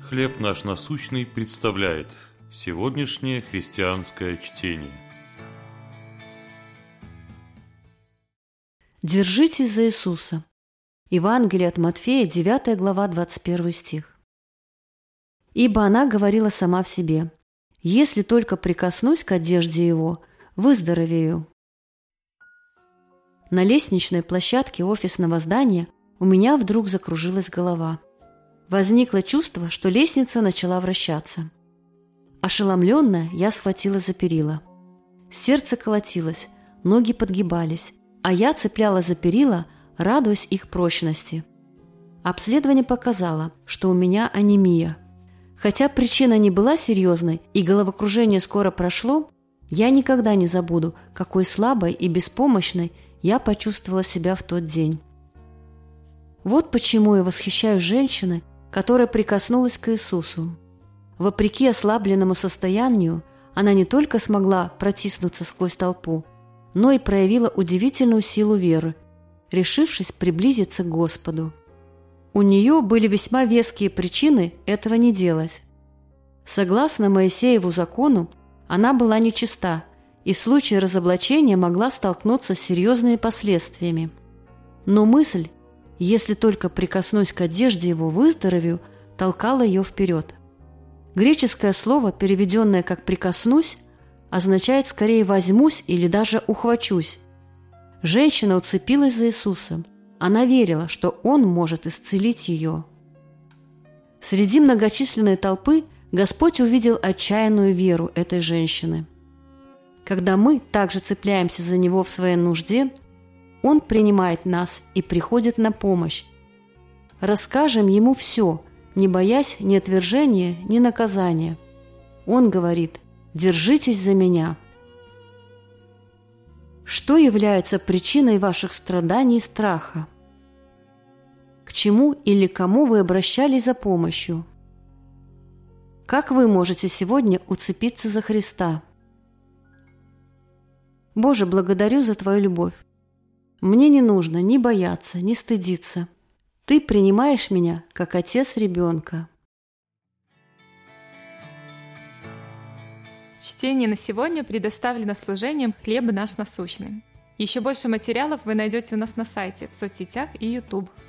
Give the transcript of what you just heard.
«Хлеб наш насущный» представляет сегодняшнее христианское чтение. Держитесь за Иисуса. Евангелие от Матфея, 9 глава, 21 стих. «Ибо она говорила сама в себе: если только прикоснусь к одежде Его, выздоровею». На лестничной площадке офисного здания у меня вдруг закружилась голова. Возникло чувство, что лестница начала вращаться. Ошеломленная, я схватилась за перила. Сердце колотилось, ноги подгибались, а я цеплялась за перила, радуясь их прочности. Обследование показало, что у меня анемия. Хотя причина не была серьезной и головокружение скоро прошло, я никогда не забуду, какой слабой и беспомощной я почувствовала себя в тот день. Вот почему я восхищаюсь женщиной, которая прикоснулась к Иисусу. Вопреки ослабленному состоянию, она не только смогла протиснуться сквозь толпу, но и проявила удивительную силу веры, решившись приблизиться к Господу. У нее были весьма веские причины этого не делать. Согласно Моисееву закону, она была нечиста, и в случае разоблачения могла столкнуться с серьезными последствиями. Но мысль: если только прикоснусь к одежде Его, выздоровею, толкала ее вперед. Греческое слово, переведенное как «прикоснусь», означает скорее «возьмусь» или даже «ухвачусь». Женщина уцепилась за Иисуса. Она верила, что Он может исцелить ее. Среди многочисленной толпы Господь увидел отчаянную веру этой женщины. Когда мы также цепляемся за Него в своей нужде, Он принимает нас и приходит на помощь. Расскажем Ему все, не боясь ни отвержения, ни наказания. Он говорит: «Держитесь за Меня». Что является причиной ваших страданий и страха? К чему или кому вы обращались за помощью? Как вы можете сегодня уцепиться за Христа? Боже, благодарю за Твою любовь. Мне не нужно ни бояться, ни стыдиться. Ты принимаешь меня, как отец ребенка. Чтение на сегодня предоставлено служением «Хлеб наш насущный». Еще больше материалов вы найдете у нас на сайте, в соцсетях и YouTube.